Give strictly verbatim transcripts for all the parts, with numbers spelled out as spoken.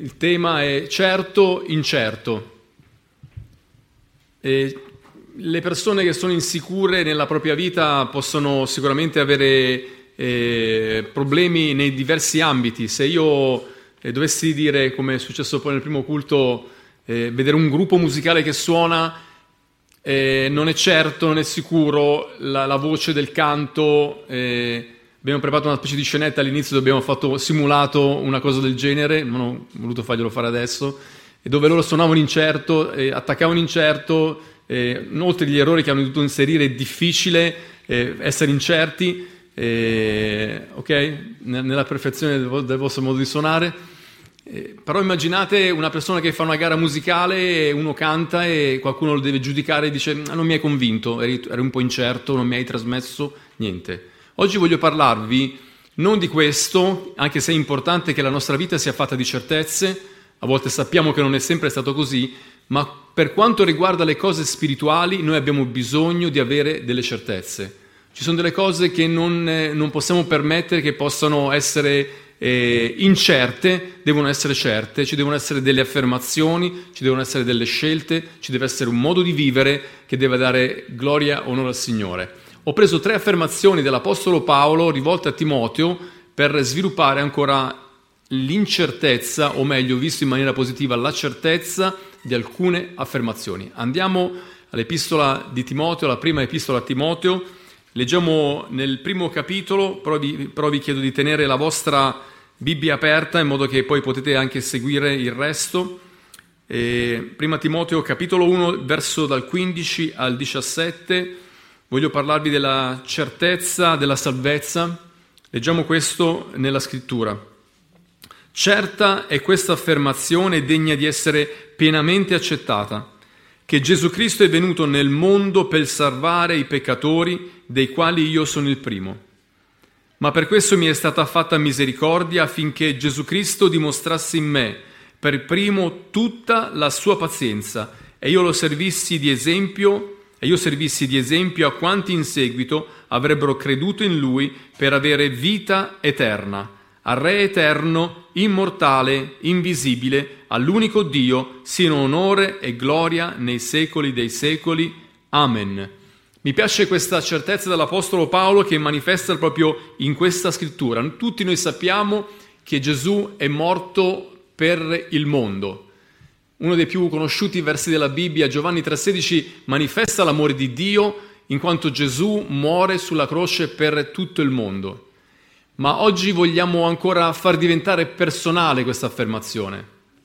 il tema è certo, incerto. E le persone che sono insicure nella propria vita possono sicuramente avere eh, problemi nei diversi ambiti. Se io eh, dovessi dire, come è successo poi nel primo culto, eh, vedere un gruppo musicale che suona, eh, non è certo, non è sicuro, la, la voce del canto... Eh, Abbiamo preparato una specie di scenetta all'inizio dove abbiamo fatto simulato una cosa del genere, non ho voluto farglielo fare adesso, e dove loro suonavano incerto, eh, attaccavano incerto, eh, oltre agli errori che hanno dovuto inserire, è difficile eh, essere incerti, eh, ok? Nella perfezione del, del vostro modo di suonare. Eh, però immaginate una persona che fa una gara musicale, uno canta e qualcuno lo deve giudicare e dice ah, non mi hai convinto, eri, eri un po' incerto, non mi hai trasmesso niente. Oggi voglio parlarvi non di questo, anche se è importante che la nostra vita sia fatta di certezze, a volte sappiamo che non è sempre stato così, ma per quanto riguarda le cose spirituali noi abbiamo bisogno di avere delle certezze. Ci sono delle cose che non, eh, non possiamo permettere che possano essere eh, incerte, devono essere certe, ci devono essere delle affermazioni, ci devono essere delle scelte, ci deve essere un modo di vivere che deve dare gloria e onore al Signore. Ho preso tre affermazioni dell'Apostolo Paolo rivolte a Timoteo per sviluppare ancora l'incertezza, o meglio, visto in maniera positiva, la certezza di alcune affermazioni. Andiamo all'epistola di Timoteo, la prima epistola a Timoteo. Leggiamo nel primo capitolo, però vi, però vi chiedo di tenere la vostra Bibbia aperta in modo che poi potete anche seguire il resto. E prima Timoteo, capitolo uno, verso dal quindici al diciassette. Voglio parlarvi della certezza della salvezza. Leggiamo questo nella scrittura. Certa è questa affermazione degna di essere pienamente accettata, che Gesù Cristo è venuto nel mondo per salvare i peccatori, dei quali io sono il primo. Ma per questo mi è stata fatta misericordia affinché Gesù Cristo dimostrasse in me per primo tutta la sua pazienza e io lo servissi di esempio E io servissi di esempio a quanti in seguito avrebbero creduto in Lui per avere vita eterna, al Re eterno, immortale, invisibile, all'unico Dio, siano onore e gloria nei secoli dei secoli. Amen. Mi piace questa certezza dell'Apostolo Paolo che manifesta proprio in questa scrittura. Tutti noi sappiamo che Gesù è morto per il mondo. Uno dei più conosciuti versi della Bibbia, Giovanni tre sedici, manifesta l'amore di Dio in quanto Gesù muore sulla croce per tutto il mondo. Ma oggi vogliamo ancora far diventare personale questa affermazione.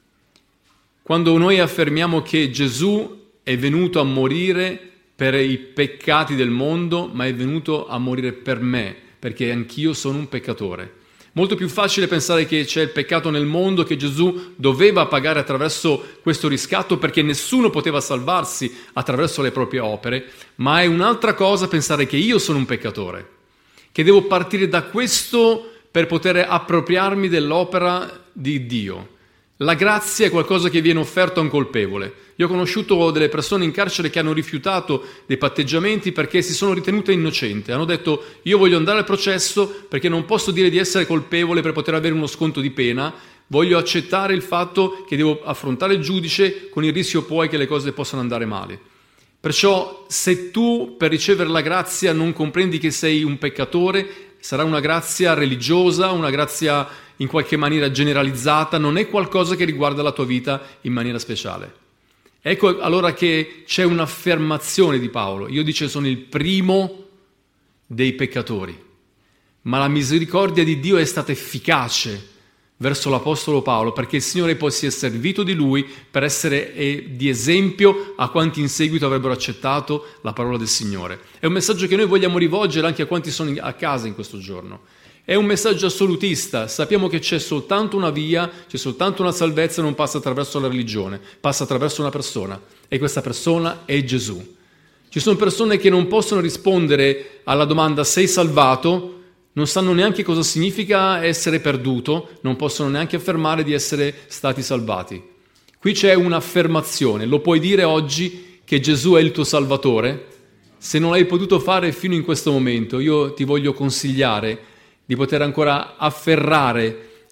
Quando noi affermiamo che Gesù è venuto a morire per i peccati del mondo, ma è venuto a morire per me, perché anch'io sono un peccatore. Molto più facile pensare che c'è il peccato nel mondo, che Gesù doveva pagare attraverso questo riscatto perché nessuno poteva salvarsi attraverso le proprie opere, ma è un'altra cosa pensare che io sono un peccatore, che devo partire da questo per poter appropriarmi dell'opera di Dio. La grazia è qualcosa che viene offerto a un colpevole. Io ho conosciuto delle persone in carcere che hanno rifiutato dei patteggiamenti perché si sono ritenute innocenti. Hanno detto io voglio andare al processo perché non posso dire di essere colpevole per poter avere uno sconto di pena, voglio accettare il fatto che devo affrontare il giudice con il rischio poi che le cose possano andare male. Perciò se tu per ricevere la grazia non comprendi che sei un peccatore, sarà una grazia religiosa, una grazia in qualche maniera generalizzata, non è qualcosa che riguarda la tua vita in maniera speciale. Ecco allora che c'è un'affermazione di Paolo. Io dice sono il primo dei peccatori, ma la misericordia di Dio è stata efficace verso l'Apostolo Paolo perché il Signore poi si è servito di lui per essere eh, di esempio a quanti in seguito avrebbero accettato la parola del Signore. È un messaggio che noi vogliamo rivolgere anche a quanti sono a casa in questo giorno. È un messaggio assolutista, sappiamo che c'è soltanto una via, c'è soltanto una salvezza, non passa attraverso la religione, passa attraverso una persona e questa persona è Gesù. Ci sono persone che non possono rispondere alla domanda sei salvato, non sanno neanche cosa significa essere perduto, non possono neanche affermare di essere stati salvati. Qui c'è un'affermazione, lo puoi dire oggi che Gesù è il tuo Salvatore? Se non l'hai potuto fare fino in questo momento, io ti voglio consigliare di poter ancora afferrare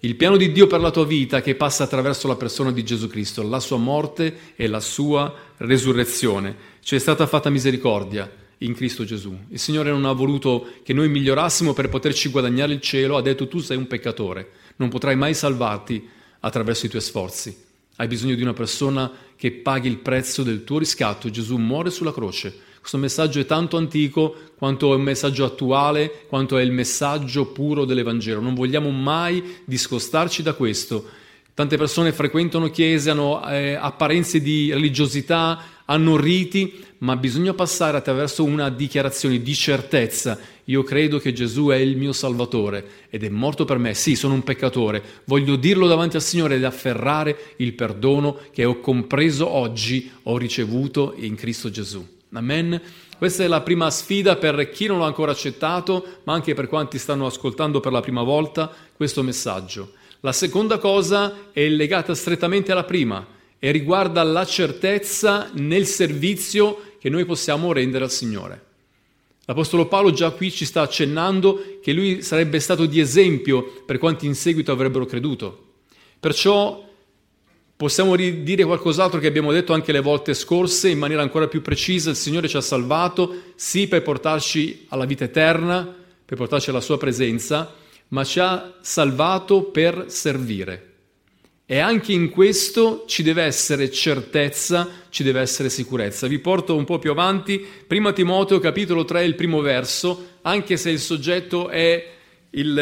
il piano di Dio per la tua vita che passa attraverso la persona di Gesù Cristo, la sua morte e la sua resurrezione. Ci è stata fatta misericordia in Cristo Gesù. Il Signore non ha voluto che noi migliorassimo per poterci guadagnare il cielo, ha detto: tu sei un peccatore, non potrai mai salvarti attraverso i tuoi sforzi. Hai bisogno di una persona che paghi il prezzo del tuo riscatto. Gesù muore sulla croce. Questo messaggio è tanto antico quanto è un messaggio attuale, quanto è il messaggio puro dell'Evangelo. Non vogliamo mai discostarci da questo. Tante persone frequentano chiese, hanno eh, apparenze di religiosità, hanno riti, ma bisogna passare attraverso una dichiarazione di certezza. Io credo che Gesù è il mio Salvatore ed è morto per me. Sì, sono un peccatore. Voglio dirlo davanti al Signore ed afferrare il perdono che ho compreso oggi, ho ricevuto in Cristo Gesù. Amen. Questa è la prima sfida per chi non l'ha ancora accettato, ma anche per quanti stanno ascoltando per la prima volta questo messaggio. La seconda cosa è legata strettamente alla prima e riguarda la certezza nel servizio che noi possiamo rendere al Signore. L'Apostolo Paolo già qui ci sta accennando che lui sarebbe stato di esempio per quanti in seguito avrebbero creduto. Perciò possiamo dire qualcos'altro che abbiamo detto anche le volte scorse in maniera ancora più precisa. Il Signore ci ha salvato, sì, per portarci alla vita eterna, per portarci alla sua presenza, ma ci ha salvato per servire. E anche in questo ci deve essere certezza, ci deve essere sicurezza. Vi porto un po' più avanti, primo Timoteo capitolo tre, il primo verso, anche se il soggetto è, il,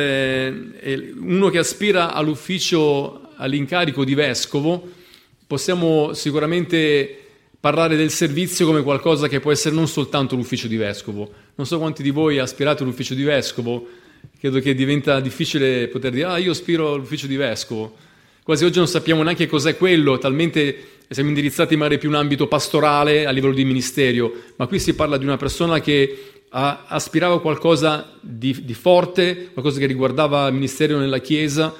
è uno che aspira all'ufficio, all'incarico di vescovo, possiamo sicuramente parlare del servizio come qualcosa che può essere non soltanto l'ufficio di vescovo. Non so quanti di voi aspirate all'ufficio di vescovo, credo che diventa difficile poter dire: ah, io aspiro all'ufficio di vescovo. Quasi oggi non sappiamo neanche cos'è quello, talmente siamo indirizzati magari più in un ambito pastorale a livello di ministerio, ma qui si parla di una persona che a, aspirava a qualcosa di, di forte, qualcosa che riguardava il ministero nella Chiesa,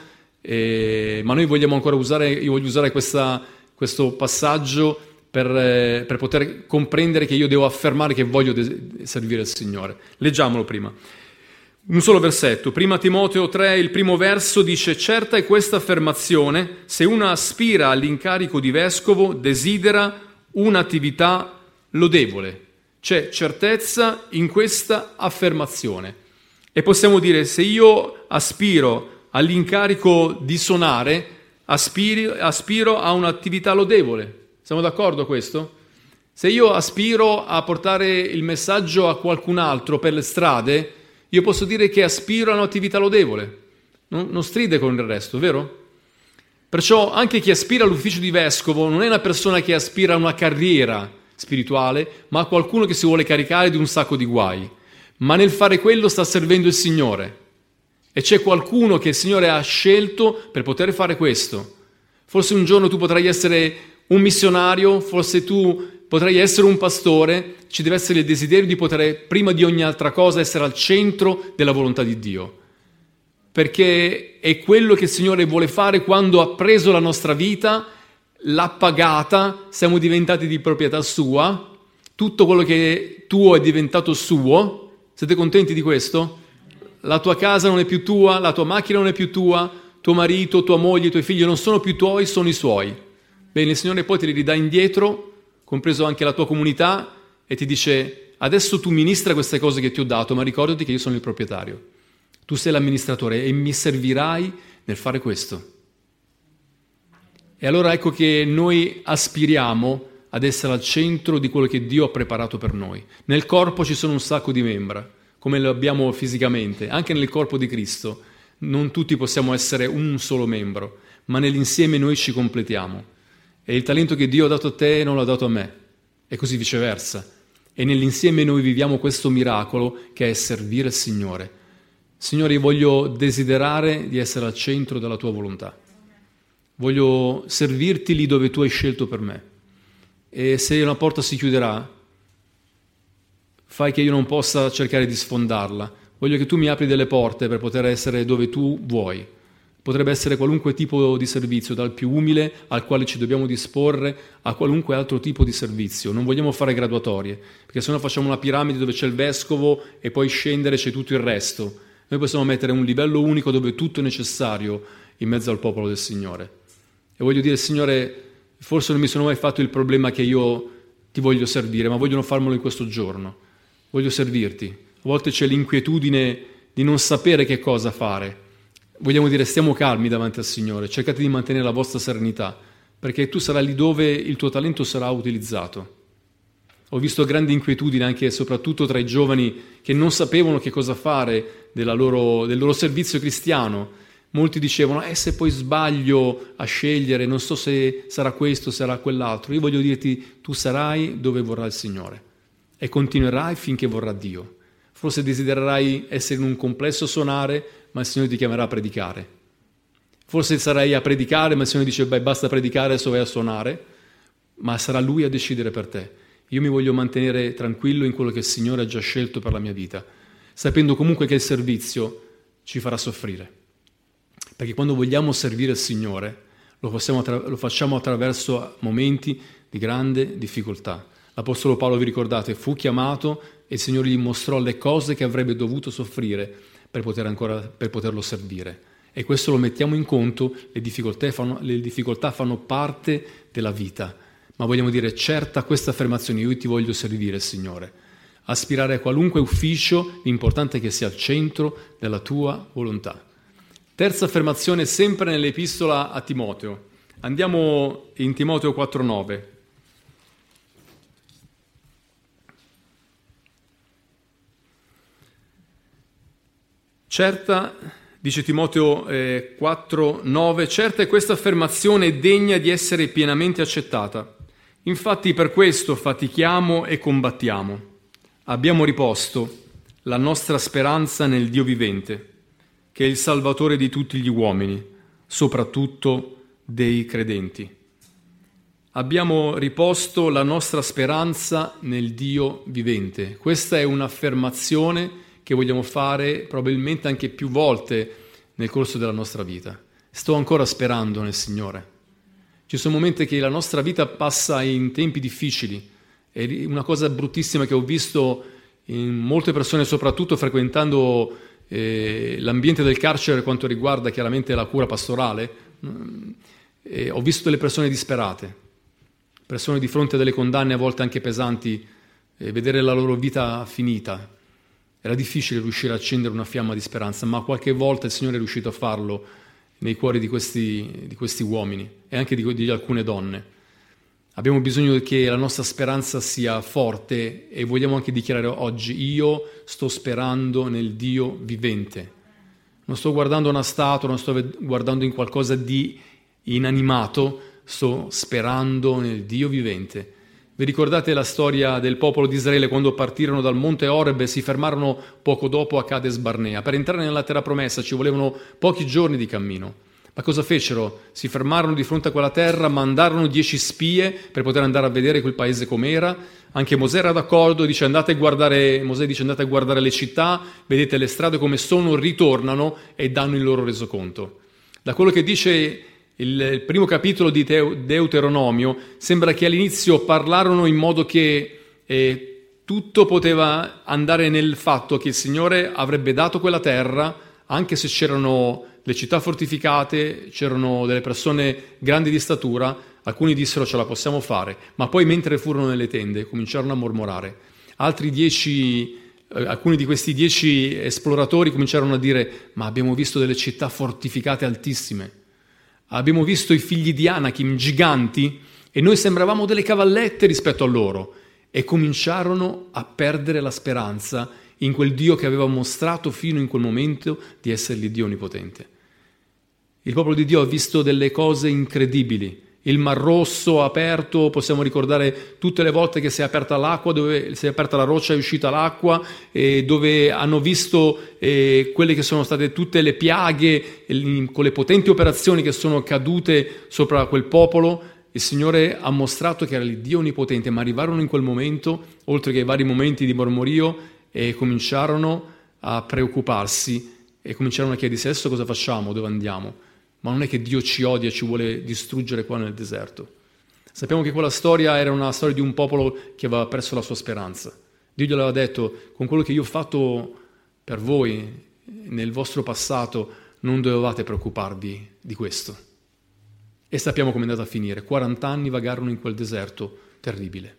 eh, ma noi vogliamo ancora usare, io voglio usare questa, questo passaggio per, eh, per poter comprendere che io devo affermare che voglio de- servire il Signore. Leggiamolo prima. Un solo versetto, primo Timoteo tre, il primo verso dice: certa è questa affermazione, se uno aspira all'incarico di vescovo desidera un'attività lodevole. C'è certezza in questa affermazione. E possiamo dire: se io aspiro all'incarico di suonare, aspiro, aspiro a un'attività lodevole. Siamo d'accordo a questo? Se io aspiro a portare il messaggio a qualcun altro per le strade, io posso dire che aspiro a un'attività lodevole, non, non stride con il resto, vero? Perciò anche chi aspira all'ufficio di vescovo non è una persona che aspira a una carriera spirituale, ma a qualcuno che si vuole caricare di un sacco di guai. Ma nel fare quello sta servendo il Signore. E c'è qualcuno che il Signore ha scelto per poter fare questo. Forse un giorno tu potrai essere un missionario, forse tu potrai essere un pastore, ci deve essere il desiderio di poter, prima di ogni altra cosa, essere al centro della volontà di Dio. Perché è quello che il Signore vuole fare quando ha preso la nostra vita, l'ha pagata, siamo diventati di proprietà sua, tutto quello che è tuo è diventato suo. Siete contenti di questo? La tua casa non è più tua, la tua macchina non è più tua, tuo marito, tua moglie, i tuoi figli non sono più tuoi, sono i suoi. Bene, il Signore poi te li ridà indietro, compreso anche la tua comunità, e ti dice: adesso tu ministra queste cose che ti ho dato, ma ricordati che io sono il proprietario. Tu sei l'amministratore e mi servirai nel fare questo. E allora ecco che noi aspiriamo ad essere al centro di quello che Dio ha preparato per noi. Nel corpo ci sono un sacco di membra, come lo abbiamo fisicamente, anche nel corpo di Cristo. Non tutti possiamo essere un solo membro, ma nell'insieme noi ci completiamo. E il talento che Dio ha dato a te non l'ha dato a me, e così viceversa. E nell'insieme noi viviamo questo miracolo che è servire il Signore. Signore, io voglio desiderare di essere al centro della tua volontà. Voglio servirti lì dove tu hai scelto per me. E se una porta si chiuderà, fai che io non possa cercare di sfondarla. Voglio che tu mi apri delle porte per poter essere dove tu vuoi. Potrebbe essere qualunque tipo di servizio, dal più umile al quale ci dobbiamo disporre a qualunque altro tipo di servizio. Non vogliamo fare graduatorie, perché se no facciamo una piramide dove c'è il vescovo e poi scendere c'è tutto il resto. Noi possiamo mettere un livello unico dove tutto è necessario, in mezzo al popolo del Signore. E voglio dire, Signore, forse non mi sono mai fatto il problema che io ti voglio servire, ma voglio farmelo in questo giorno. Voglio servirti. A volte c'è l'inquietudine di non sapere che cosa fare. Vogliamo dire, stiamo calmi davanti al Signore, cercate di mantenere la vostra serenità, perché tu sarai lì dove il tuo talento sarà utilizzato. Ho visto grande inquietudine anche e soprattutto tra i giovani che non sapevano che cosa fare della loro, del loro servizio cristiano. Molti dicevano, eh se poi sbaglio a scegliere, non so se sarà questo, sarà quell'altro. Io voglio dirti, tu sarai dove vorrà il Signore e continuerai finché vorrà Dio. Forse desidererai essere in un complesso suonare, ma il Signore ti chiamerà a predicare. Forse sarai a predicare, ma il Signore dice, beh, basta predicare, adesso vai a suonare, ma sarà Lui a decidere per te. Io mi voglio mantenere tranquillo in quello che il Signore ha già scelto per la mia vita, sapendo comunque che il servizio ci farà soffrire. Perché quando vogliamo servire il Signore, lo, possiamo attra- lo facciamo attraverso momenti di grande difficoltà. L'Apostolo Paolo, vi ricordate, fu chiamato e il Signore gli mostrò le cose che avrebbe dovuto soffrire per, poter ancora, per poterlo servire. E questo lo mettiamo in conto, le difficoltà fanno, le difficoltà fanno parte della vita. Ma vogliamo dire, certa questa affermazione, io ti voglio servire, Signore. Aspirare a qualunque ufficio, l'importante è che sia al centro della tua volontà. Terza affermazione, sempre nell'epistola a Timoteo. Andiamo in Timoteo quattro nove. Certa, dice Timoteo eh, quattro nove, certa è questa affermazione degna di essere pienamente accettata. Infatti per questo fatichiamo e combattiamo. Abbiamo riposto la nostra speranza nel Dio vivente, che è il Salvatore di tutti gli uomini, soprattutto dei credenti. Abbiamo riposto la nostra speranza nel Dio vivente. Questa è un'affermazione che vogliamo fare probabilmente anche più volte nel corso della nostra vita. Sto ancora sperando nel Signore. Ci sono momenti che la nostra vita passa in tempi difficili. È una cosa bruttissima che ho visto in molte persone, soprattutto frequentando eh, l'ambiente del carcere per quanto riguarda chiaramente la cura pastorale. Eh, ho visto delle persone disperate, persone di fronte a delle condanne a volte anche pesanti, eh, vedere la loro vita finita. Era difficile riuscire a accendere una fiamma di speranza, ma qualche volta il Signore è riuscito a farlo nei cuori di questi, di questi uomini e anche di, di alcune donne. Abbiamo bisogno che la nostra speranza sia forte e vogliamo anche dichiarare oggi, io sto sperando nel Dio vivente. Non sto guardando una statua, non sto guardando in qualcosa di inanimato, sto sperando nel Dio vivente. Vi ricordate la storia del popolo di Israele quando partirono dal monte Oreb e si fermarono poco dopo a Cades Barnea? Per entrare nella terra promessa ci volevano pochi giorni di cammino. Ma cosa fecero? Si fermarono di fronte a quella terra, mandarono dieci spie per poter andare a vedere quel paese com'era. Anche Mosè era d'accordo, dice andate a guardare, Mosè dice andate a guardare le città, vedete le strade come sono, ritornano e danno il loro resoconto. Da quello che dice il primo capitolo di Deuteronomio, sembra che all'inizio parlarono in modo che eh, tutto poteva andare nel fatto che il Signore avrebbe dato quella terra, anche se c'erano le città fortificate, c'erano delle persone grandi di statura, alcuni dissero ce la possiamo fare, ma poi mentre furono nelle tende cominciarono a mormorare. Altri dieci, eh, alcuni di questi dieci esploratori cominciarono a dire ma abbiamo visto delle città fortificate altissime. Abbiamo visto i figli di Anakim, giganti, e noi sembravamo delle cavallette rispetto a loro. E cominciarono a perdere la speranza in quel Dio che aveva mostrato fino in quel momento di essere il Dio onnipotente. Il popolo di Dio ha visto delle cose incredibili. Il Mar Rosso aperto, possiamo ricordare tutte le volte che si è aperta l'acqua, dove si è aperta la roccia e è uscita l'acqua, e dove hanno visto eh, quelle che sono state tutte le piaghe, eh, con le potenti operazioni che sono cadute sopra quel popolo. Il Signore ha mostrato che era il Dio onnipotente, ma arrivarono in quel momento, oltre che ai vari momenti di mormorio, e cominciarono a preoccuparsi e cominciarono a chiedersi adesso cosa facciamo, dove andiamo? Ma non è che Dio ci odia e ci vuole distruggere qua nel deserto. Sappiamo che quella storia era una storia di un popolo che aveva perso la sua speranza. Dio glielo aveva detto, con quello che io ho fatto per voi nel vostro passato, non dovevate preoccuparvi di questo. E sappiamo come è andata a finire. quaranta anni vagarono in quel deserto terribile.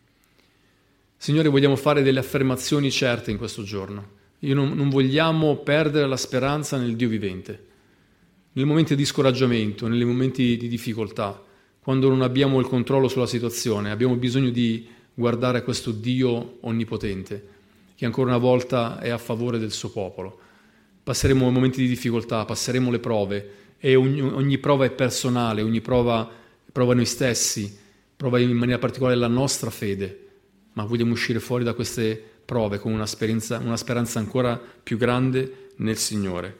Signore, vogliamo fare delle affermazioni certe in questo giorno. Io non, non vogliamo perdere la speranza nel Dio vivente. Nei momenti di scoraggiamento, nei momenti di difficoltà, quando non abbiamo il controllo sulla situazione, abbiamo bisogno di guardare a questo Dio onnipotente, che ancora una volta è a favore del suo popolo. Passeremo momenti di difficoltà, passeremo le prove, e ogni, ogni prova è personale, ogni prova prova noi stessi, prova in maniera particolare la nostra fede, ma vogliamo uscire fuori da queste prove con una speranza, una speranza ancora più grande nel Signore.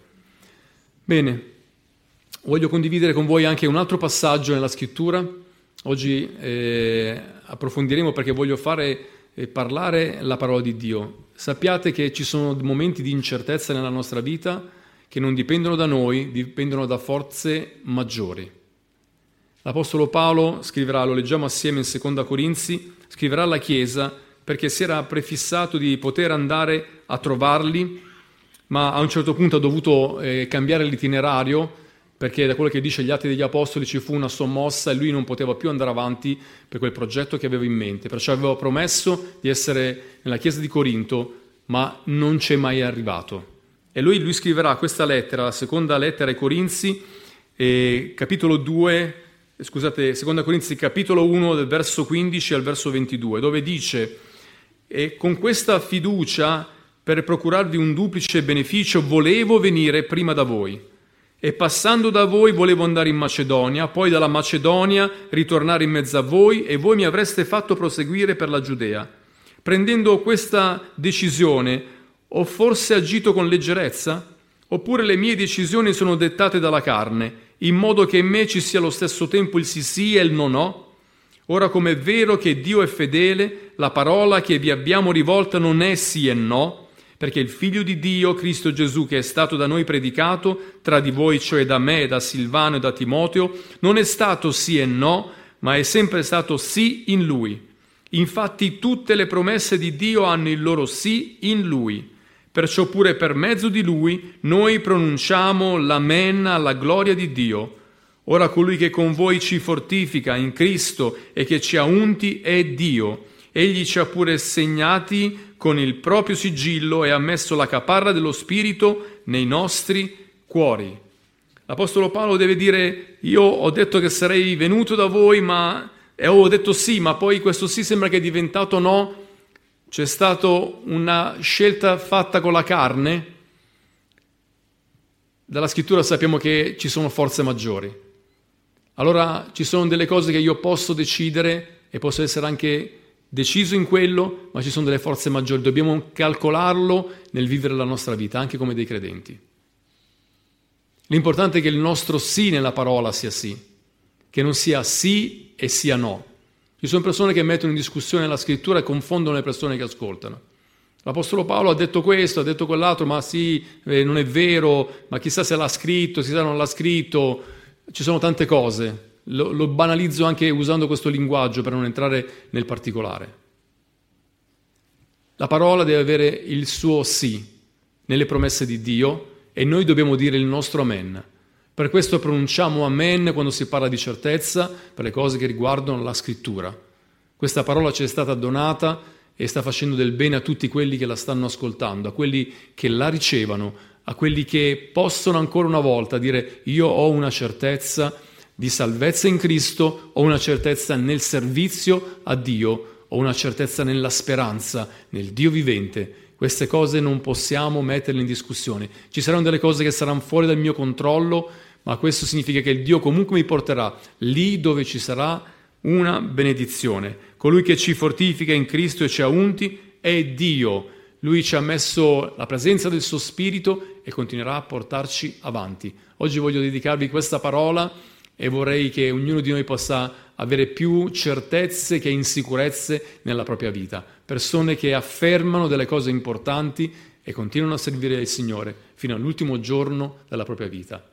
Bene, voglio condividere con voi anche un altro passaggio nella Scrittura. Oggi eh, approfondiremo perché voglio fare e parlare la parola di Dio. Sappiate che ci sono momenti di incertezza nella nostra vita che non dipendono da noi, dipendono da forze maggiori. L'Apostolo Paolo scriverà, lo leggiamo assieme in Seconda Corinzi, scriverà alla Chiesa perché si era prefissato di poter andare a trovarli, ma a un certo punto ha dovuto eh, cambiare l'itinerario, perché da quello che dice gli Atti degli Apostoli ci fu una sommossa e lui non poteva più andare avanti per quel progetto che aveva in mente. Perciò aveva promesso di essere nella chiesa di Corinto, ma non c'è mai arrivato. E lui, lui scriverà questa lettera, la seconda lettera ai Corinzi, eh, capitolo due, scusate, seconda Corinzi, capitolo uno, del verso quindici al verso ventidue, dove dice: «E con questa fiducia, per procurarvi un duplice beneficio, volevo venire prima da voi. E passando da voi volevo andare in Macedonia, poi dalla Macedonia ritornare in mezzo a voi, e voi mi avreste fatto proseguire per la Giudea. Prendendo questa decisione, ho forse agito con leggerezza? Oppure le mie decisioni sono dettate dalla carne, in modo che in me ci sia allo stesso tempo il sì sì e il no no? Ora, come è vero che Dio è fedele, la parola che vi abbiamo rivolta non è sì e no, perché il Figlio di Dio, Cristo Gesù, che è stato da noi predicato, tra di voi, cioè da me, da Silvano e da Timoteo, non è stato sì e no, ma è sempre stato sì in Lui. Infatti tutte le promesse di Dio hanno il loro sì in Lui. Perciò pure per mezzo di Lui noi pronunciamo l'amen alla gloria di Dio. Ora colui che con voi ci fortifica in Cristo e che ci ha unti è Dio. Egli ci ha pure segnati con il proprio sigillo e ha messo la caparra dello Spirito nei nostri cuori». L'Apostolo Paolo deve dire: io ho detto che sarei venuto da voi, ma e ho detto sì, ma poi questo sì sembra che è diventato no. C'è stata una scelta fatta con la carne. Dalla Scrittura sappiamo che ci sono forze maggiori. Allora ci sono delle cose che io posso decidere e posso essere anche deciso in quello, ma ci sono delle forze maggiori. Dobbiamo calcolarlo nel vivere la nostra vita, anche come dei credenti. L'importante è che il nostro sì nella parola sia sì, che non sia sì e sia no. Ci sono persone che mettono in discussione la Scrittura e confondono le persone che ascoltano. L'Apostolo Paolo ha detto questo, ha detto quell'altro, ma sì, eh, non è vero, ma chissà se l'ha scritto, chissà se non l'ha scritto. Ci sono tante cose. Lo, lo banalizzo anche usando questo linguaggio per non entrare nel particolare. La parola deve avere il suo sì nelle promesse di Dio e noi dobbiamo dire il nostro amen. Per questo pronunciamo amen quando si parla di certezza per le cose che riguardano la Scrittura. Questa parola ci è stata donata e sta facendo del bene a tutti quelli che la stanno ascoltando, a quelli che la ricevono, a quelli che possono ancora una volta dire: io ho una certezza di salvezza in Cristo, ho una certezza nel servizio a Dio, ho una certezza nella speranza, nel Dio vivente. Queste cose non possiamo metterle in discussione. Ci saranno delle cose che saranno fuori dal mio controllo, ma questo significa che il Dio comunque mi porterà lì dove ci sarà una benedizione. Colui che ci fortifica in Cristo e ci ha unti è Dio. Lui ci ha messo la presenza del suo Spirito e continuerà a portarci avanti. Oggi voglio dedicarvi questa parola e vorrei che ognuno di noi possa avere più certezze che insicurezze nella propria vita. Persone che affermano delle cose importanti e continuano a servire il Signore fino all'ultimo giorno della propria vita.